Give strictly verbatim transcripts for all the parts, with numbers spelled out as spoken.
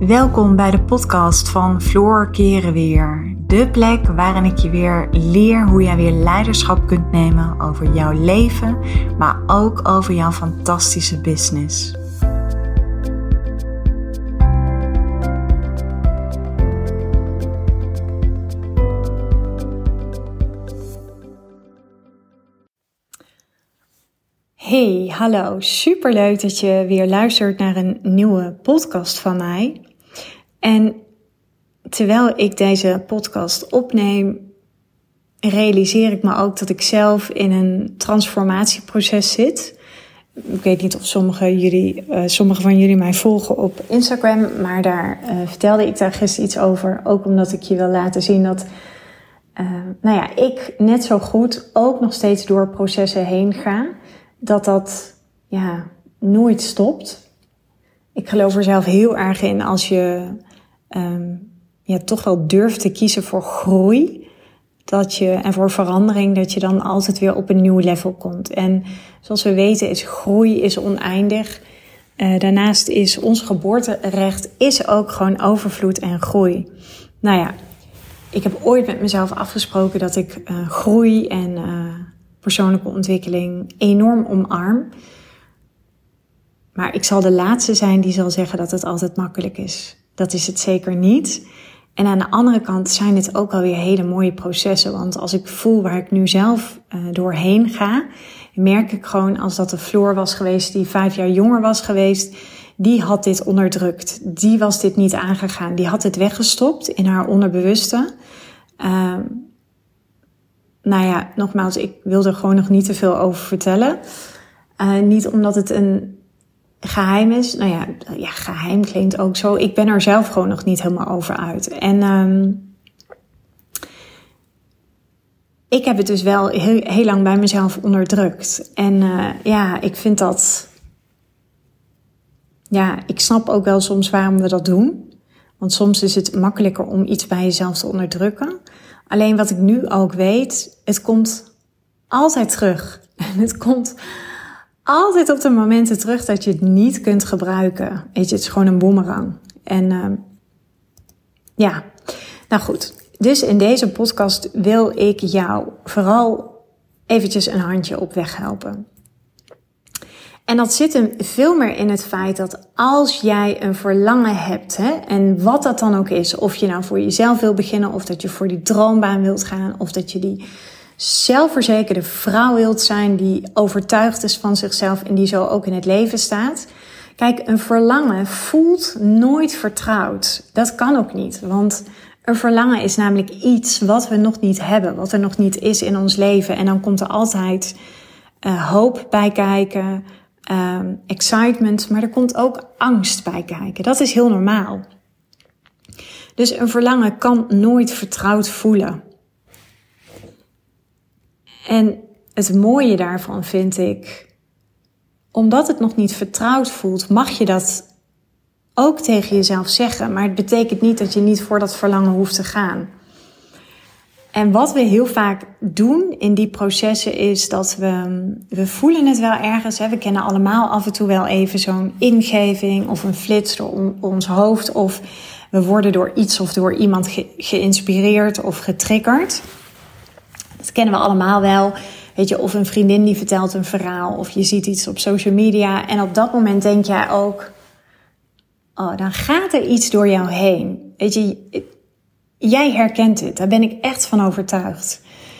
Welkom bij de podcast van Floor Keren Weer. De plek waarin ik je weer leer hoe jij weer leiderschap kunt nemen over jouw leven, maar ook over jouw fantastische business. Hey, hallo. Superleuk dat je weer luistert naar een nieuwe podcast van mij. En terwijl ik deze podcast opneem, realiseer ik me ook dat ik zelf in een transformatieproces zit. Ik weet niet of sommige, jullie, uh, sommige van jullie mij volgen op Instagram, maar daar uh, vertelde ik daar gisteren iets over. Ook omdat ik je wil laten zien dat uh, nou ja, ik net zo goed ook nog steeds door processen heen ga. Dat dat ja, nooit stopt. Ik geloof er zelf heel erg in als je um, ja, toch wel durft te kiezen voor groei. Dat je, en voor verandering, dat je dan altijd weer op een nieuw level komt. En zoals we weten is groei is oneindig. Uh, daarnaast is ons geboorterecht is ook gewoon overvloed en groei. Nou ja, ik heb ooit met mezelf afgesproken dat ik uh, groei en uh, persoonlijke ontwikkeling enorm omarm. Maar ik zal de laatste zijn die zal zeggen dat het altijd makkelijk is. Dat is het zeker niet. En aan de andere kant zijn het ook alweer hele mooie processen. Want als ik voel waar ik nu zelf uh, doorheen ga, merk ik gewoon als dat de Floor was geweest die vijf jaar jonger was geweest, die had dit onderdrukt. Die was dit niet aangegaan. Die had het weggestopt in haar onderbewuste. Uh, Nou ja, nogmaals, ik wil er gewoon nog niet te veel over vertellen. Uh, niet omdat het een geheim is. Nou ja, ja, geheim klinkt ook zo. Ik ben er zelf gewoon nog niet helemaal over uit. En um, ik heb het dus wel heel, heel lang bij mezelf onderdrukt. En uh, ja, ik vind dat... Ja, ik snap ook wel soms waarom we dat doen. Want soms is het makkelijker om iets bij jezelf te onderdrukken. Alleen wat ik nu ook weet, het komt altijd terug. En het komt altijd op de momenten terug dat je het niet kunt gebruiken. Weet je, het is gewoon een boemerang. En uh, ja, nou goed. Dus in deze podcast wil ik jou vooral eventjes een handje op weg helpen. En dat zit hem veel meer in het feit dat als jij een verlangen hebt, hè, en wat dat dan ook is, of je nou voor jezelf wil beginnen, of dat je voor die droombaan wilt gaan, of dat je die zelfverzekerde vrouw wilt zijn die overtuigd is van zichzelf en die zo ook in het leven staat. Kijk, een verlangen voelt nooit vertrouwd. Dat kan ook niet, want een verlangen is namelijk iets wat we nog niet hebben, wat er nog niet is in ons leven. En dan komt er altijd uh, hoop bij kijken, Um, excitement, maar er komt ook angst bij kijken. Dat is heel normaal. Dus een verlangen kan nooit vertrouwd voelen. En het mooie daarvan vind ik, omdat het nog niet vertrouwd voelt, mag je dat ook tegen jezelf zeggen. Maar het betekent niet dat je niet voor dat verlangen hoeft te gaan. En wat we heel vaak doen in die processen is dat we, we voelen het wel ergens. Hè? We kennen allemaal af en toe wel even zo'n ingeving of een flits door on, ons hoofd. Of we worden door iets of door iemand ge, geïnspireerd of getriggerd. Dat kennen we allemaal wel. Weet je, of een vriendin die vertelt een verhaal of je ziet iets op social media. En op dat moment denk jij ook, oh, dan gaat er iets door jou heen. Weet je, jij herkent dit, daar ben ik echt van overtuigd.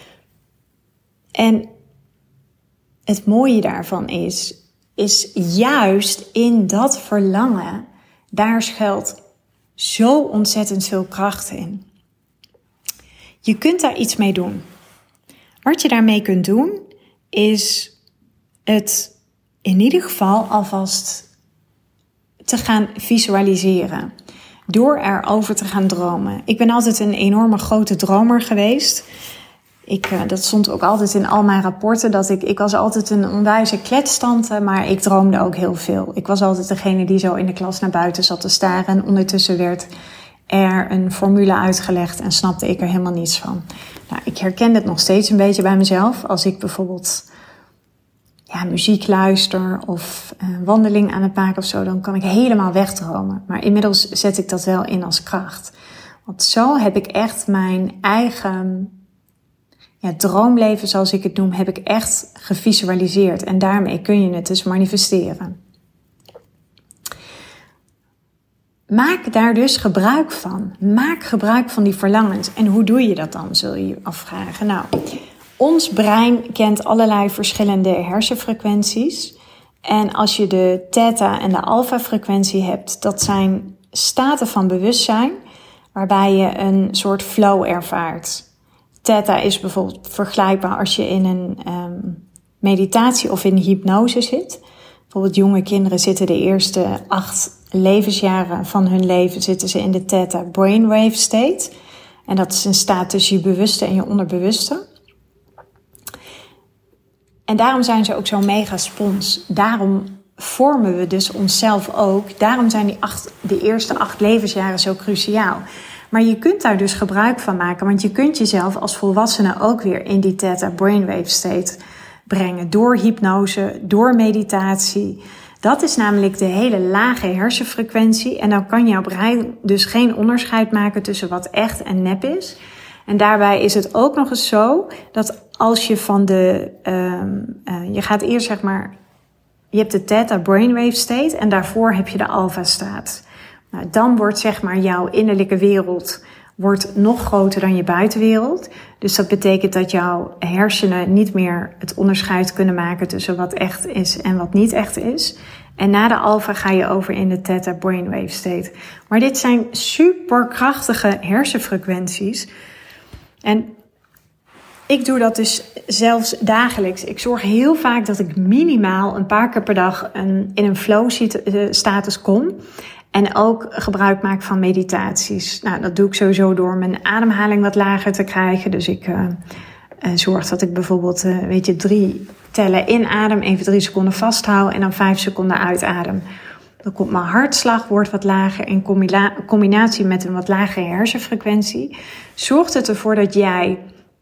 En het mooie daarvan is, is juist in dat verlangen, daar schuilt zo ontzettend veel kracht in. Je kunt daar iets mee doen. Wat je daarmee kunt doen, is het in ieder geval alvast te gaan visualiseren. Door erover te gaan dromen. Ik ben altijd een enorme grote dromer geweest. Ik, uh, dat stond ook altijd in al mijn rapporten. Dat ik, ik was altijd een onwijze kletstante, maar ik droomde ook heel veel. Ik was altijd degene die zo in de klas naar buiten zat te staren. En ondertussen werd er een formule uitgelegd en snapte ik er helemaal niets van. Nou, ik herken het nog steeds een beetje bij mezelf. Als ik bijvoorbeeld ja, muziek luister of een wandeling aan het maken of zo, dan kan ik helemaal wegdromen. Maar inmiddels zet ik dat wel in als kracht. Want zo heb ik echt mijn eigen ja, droomleven, zoals ik het noem, heb ik echt gevisualiseerd. En daarmee kun je het dus manifesteren. Maak daar dus gebruik van. Maak gebruik van die verlangens. En hoe doe je dat dan, zul je je afvragen. Nou, ons brein kent allerlei verschillende hersenfrequenties. En als je de theta en de alpha frequentie hebt, dat zijn staten van bewustzijn waarbij je een soort flow ervaart. Theta is bijvoorbeeld vergelijkbaar als je in een um, meditatie of in hypnose zit. Bijvoorbeeld jonge kinderen zitten de eerste acht levensjaren van hun leven zitten ze in de theta brainwave state. En dat is een staat tussen je bewuste en je onderbewuste. En daarom zijn ze ook zo'n mega spons. Daarom vormen we dus onszelf ook. Daarom zijn die, acht, de eerste acht levensjaren zo cruciaal. Maar je kunt daar dus gebruik van maken. Want je kunt jezelf als volwassene ook weer in die theta brainwave state brengen. Door hypnose, door meditatie. Dat is namelijk de hele lage hersenfrequentie. En dan kan jouw brein dus geen onderscheid maken tussen wat echt en nep is. En daarbij is het ook nog eens zo dat als je van de... Um, uh, je gaat eerst zeg maar... Je hebt de theta brainwave state en daarvoor heb je de alpha staat. Nou, dan wordt zeg maar jouw innerlijke wereld wordt nog groter dan je buitenwereld. Dus dat betekent dat jouw hersenen niet meer het onderscheid kunnen maken tussen wat echt is en wat niet echt is. En na de alpha ga je over in de theta brainwave state. Maar dit zijn superkrachtige hersenfrequenties. En ik doe dat dus zelfs dagelijks. Ik zorg heel vaak dat ik minimaal een paar keer per dag een, in een flow status kom. En ook gebruik maak van meditaties. Nou, dat doe ik sowieso door mijn ademhaling wat lager te krijgen. Dus ik uh, uh, zorg dat ik bijvoorbeeld, uh, weet je, drie tellen inadem, even drie seconden vasthouden en dan vijf seconden uitadem. Dan komt mijn hartslag, wordt wat lager in combina- combinatie met een wat lagere hersenfrequentie. Zorgt het ervoor dat jij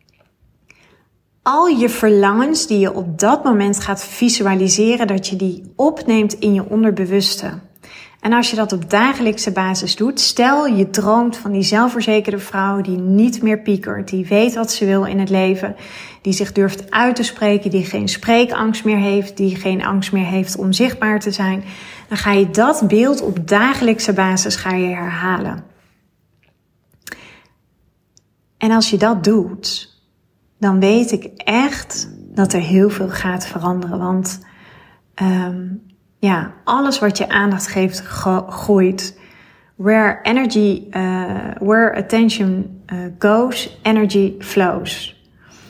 al je verlangens die je op dat moment gaat visualiseren, dat je die opneemt in je onderbewuste. En als je dat op dagelijkse basis doet, stel je droomt van die zelfverzekerde vrouw die niet meer piekert, die weet wat ze wil in het leven, die zich durft uit te spreken, die geen spreekangst meer heeft, die geen angst meer heeft om zichtbaar te zijn, dan ga je dat beeld op dagelijkse basis ga je herhalen. En als je dat doet, dan weet ik echt dat er heel veel gaat veranderen, want um, ja, alles wat je aandacht geeft, go- groeit. Where energy, uh, where attention uh, goes, energy flows.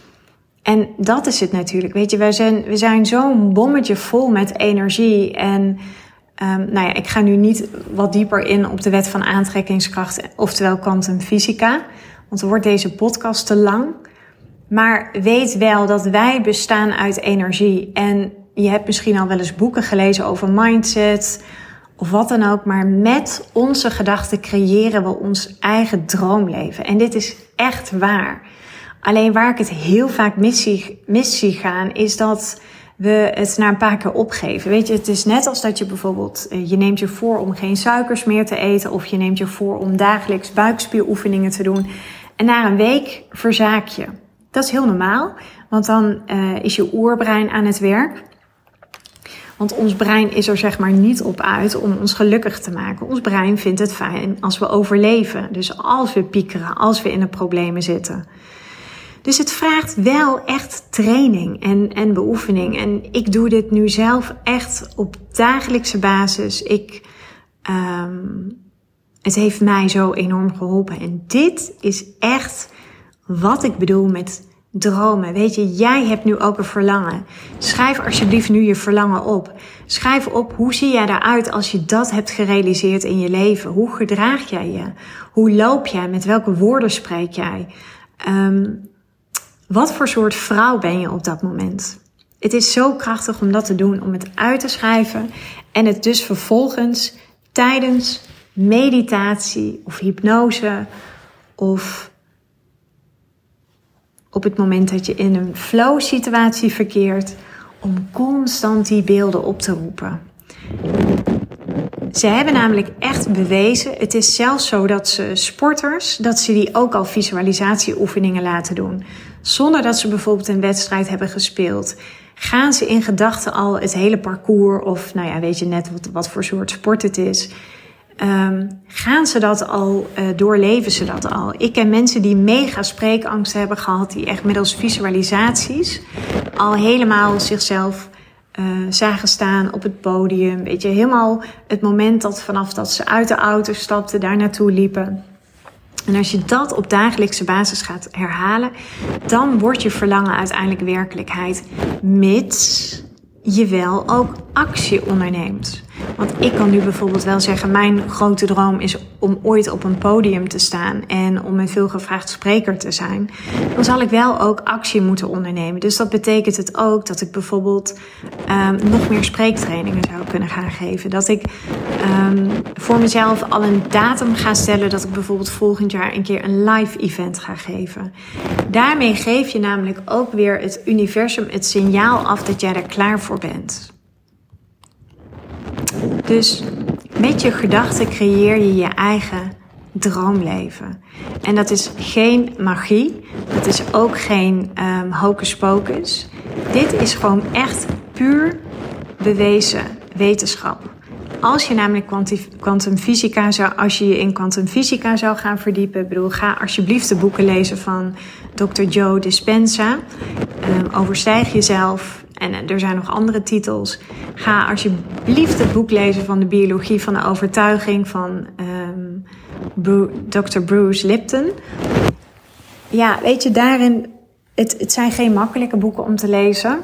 En dat is het natuurlijk. Weet je, wij zijn, we zijn zo'n bommetje vol met energie. En um, nou ja, ik ga nu niet wat dieper in op de wet van aantrekkingskracht, oftewel kwantumfysica. Want dan wordt deze podcast te lang. Maar weet wel dat wij bestaan uit energie. En je hebt misschien al wel eens boeken gelezen over mindset of wat dan ook. Maar met onze gedachten creëren we ons eigen droomleven. En dit is echt waar. Alleen waar ik het heel vaak mis zie, mis zie gaan, is dat we het na een paar keer opgeven. Weet je, het is net als dat je bijvoorbeeld, je neemt je voor om geen suikers meer te eten. Of je neemt je voor om dagelijks buikspieroefeningen te doen. En na een week verzaak je. Dat is heel normaal, want dan uh, is je oerbrein aan het werk. Want ons brein is er zeg maar niet op uit om ons gelukkig te maken. Ons brein vindt het fijn als we overleven. Dus als we piekeren, als we in de problemen zitten. Dus het vraagt wel echt training en, en beoefening. En ik doe dit nu zelf echt op dagelijkse basis. Ik, um, het heeft mij zo enorm geholpen. En dit is echt wat ik bedoel met dromen. Weet je, jij hebt nu ook een verlangen. Schrijf alsjeblieft nu je verlangen op. Schrijf op, hoe zie jij eruit als je dat hebt gerealiseerd in je leven? Hoe gedraag jij je? Hoe loop jij? Met welke woorden spreek jij? Um, wat voor soort vrouw ben je op dat moment? Het is zo krachtig om dat te doen, om het uit te schrijven en het dus vervolgens tijdens meditatie of hypnose of op het moment dat je in een flow situatie verkeert om constant die beelden op te roepen. Ze hebben namelijk echt bewezen, het is zelfs zo dat ze sporters, dat ze die ook al visualisatieoefeningen laten doen. Zonder dat ze bijvoorbeeld een wedstrijd hebben gespeeld. Gaan ze in gedachten al het hele parcours, of nou ja, weet je net wat, wat voor soort sport het is. Um, gaan ze dat al, uh, doorleven ze dat al. Ik ken mensen die mega spreekangst hebben gehad, die echt middels visualisaties al helemaal zichzelf uh, zagen staan op het podium. Weet je, helemaal het moment dat vanaf dat ze uit de auto stapten, daar naartoe liepen. En als je dat op dagelijkse basis gaat herhalen, dan wordt je verlangen uiteindelijk werkelijkheid, mits je wel ook actie onderneemt. Want ik kan nu bijvoorbeeld wel zeggen, mijn grote droom is om ooit op een podium te staan en om een veelgevraagd spreker te zijn. Dan zal ik wel ook actie moeten ondernemen. Dus dat betekent het ook dat ik bijvoorbeeld um, nog meer spreektrainingen zou kunnen gaan geven. Dat ik um, voor mezelf al een datum ga stellen dat ik bijvoorbeeld volgend jaar een keer een live event ga geven. Daarmee geef je namelijk ook weer het universum het signaal af dat jij er klaar voor bent. Dus met je gedachten creëer je je eigen droomleven. En dat is geen magie. Dat is ook geen um, hocus pocus. Dit is gewoon echt puur bewezen wetenschap. Als je namelijk kwantumfysica zou, als je je in kwantumfysica zou gaan verdiepen, ik bedoel, ga alsjeblieft de boeken lezen van dokter Joe Dispenza. Um, overstijg jezelf. En er zijn nog andere titels. Ga alsjeblieft het boek lezen van de biologie van de overtuiging van um, Bru- dokter Bruce Lipton. Ja, weet je, daarin, het, het zijn geen makkelijke boeken om te lezen.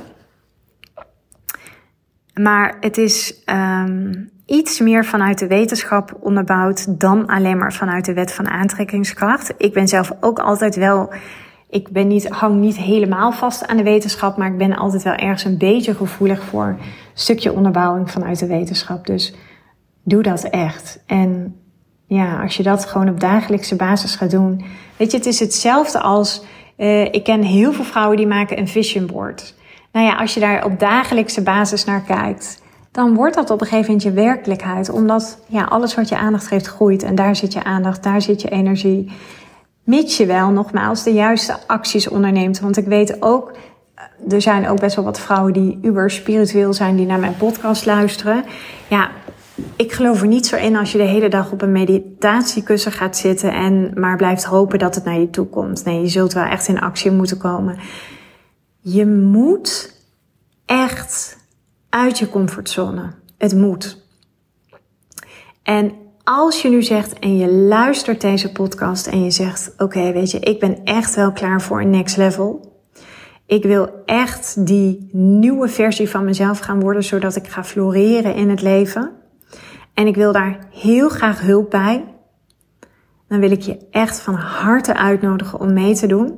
Maar het is um, iets meer vanuit de wetenschap onderbouwd dan alleen maar vanuit de wet van aantrekkingskracht. Ik ben zelf ook altijd wel... Ik ben niet, hang niet helemaal vast aan de wetenschap, maar ik ben altijd wel ergens een beetje gevoelig voor een stukje onderbouwing vanuit de wetenschap. Dus doe dat echt. En ja, als je dat gewoon op dagelijkse basis gaat doen. Weet je, het is hetzelfde als, uh, ik ken heel veel vrouwen die maken een vision board. Nou ja, als je daar op dagelijkse basis naar kijkt, dan wordt dat op een gegeven moment je werkelijkheid. Omdat ja, alles wat je aandacht geeft groeit en daar zit je aandacht, daar zit je energie. Mits je wel nogmaals de juiste acties onderneemt. Want ik weet ook, er zijn ook best wel wat vrouwen die uber spiritueel zijn, die naar mijn podcast luisteren. Ja, ik geloof er niet zo in als je de hele dag op een meditatiekussen gaat zitten en maar blijft hopen dat het naar je toe komt. Nee, je zult wel echt in actie moeten komen. Je moet echt uit je comfortzone. Het moet. En als je nu zegt en je luistert deze podcast en je zegt, oké, okay, weet je, ik ben echt wel klaar voor een next level. Ik wil echt die nieuwe versie van mezelf gaan worden, zodat ik ga floreren in het leven. En ik wil daar heel graag hulp bij. Dan wil ik je echt van harte uitnodigen om mee te doen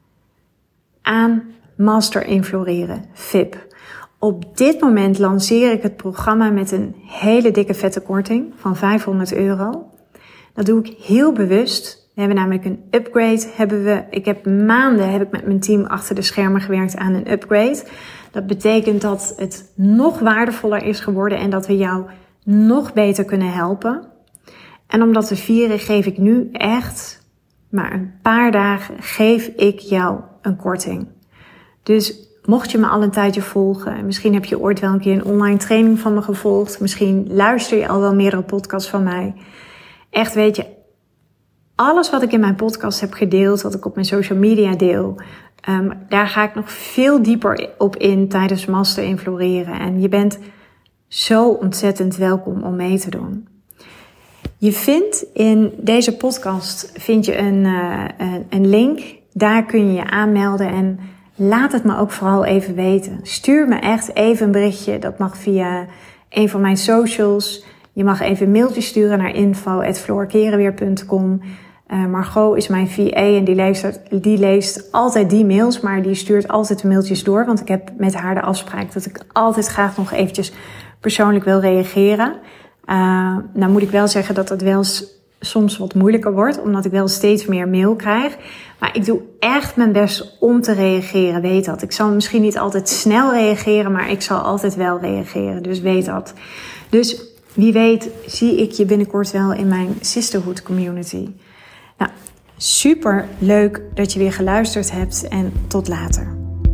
aan Master in Floreren, V I P. Op dit moment lanceer ik het programma met een hele dikke vette korting van vijfhonderd euro. Dat doe ik heel bewust. We hebben namelijk een upgrade. Hebben we, ik heb maanden heb ik met mijn team achter de schermen gewerkt aan een upgrade. Dat betekent dat het nog waardevoller is geworden en dat we jou nog beter kunnen helpen. En om dat te vieren geef ik nu echt maar een paar dagen geef ik jou een korting. Dus mocht je me al een tijdje volgen, misschien heb je ooit wel een keer een online training van me gevolgd. Misschien luister je al wel meerdere podcasts van mij. Echt, weet je, alles wat ik in mijn podcast heb gedeeld, wat ik op mijn social media deel, um, daar ga ik nog veel dieper op in tijdens Master in Floreren. En je bent zo ontzettend welkom om mee te doen. Je vindt in deze podcast vind je een, uh, een link. Daar kun je je aanmelden en laat het me ook vooral even weten. Stuur me echt even een berichtje. Dat mag via een van mijn socials. Je mag even een mailtje sturen naar info at floorkerenweer punt com. Uh, Margot is mijn V A en die leest, die leest altijd die mails, maar die stuurt altijd de mailtjes door. Want ik heb met haar de afspraak dat ik altijd graag nog eventjes persoonlijk wil reageren. Uh, nou moet ik wel zeggen dat dat wel eens soms wat moeilijker wordt, omdat ik wel steeds meer mail krijg. Maar ik doe echt mijn best om te reageren, weet dat. Ik zal misschien niet altijd snel reageren, maar ik zal altijd wel reageren, dus weet dat. Dus wie weet zie ik je binnenkort wel in mijn Sisterhood community. Nou, super leuk dat je weer geluisterd hebt en tot later.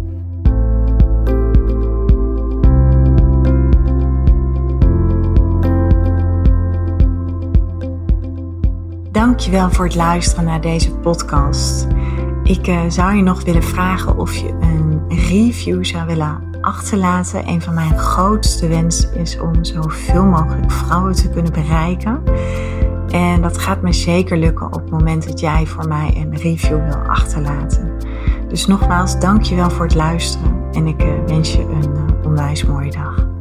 Dankjewel voor het luisteren naar deze podcast. Ik uh, zou je nog willen vragen of je een review zou willen achterlaten. Een van mijn grootste wensen is om zoveel mogelijk vrouwen te kunnen bereiken. En dat gaat me zeker lukken op het moment dat jij voor mij een review wil achterlaten. Dus nogmaals, dankjewel voor het luisteren en ik uh, wens je een uh, onwijs mooie dag.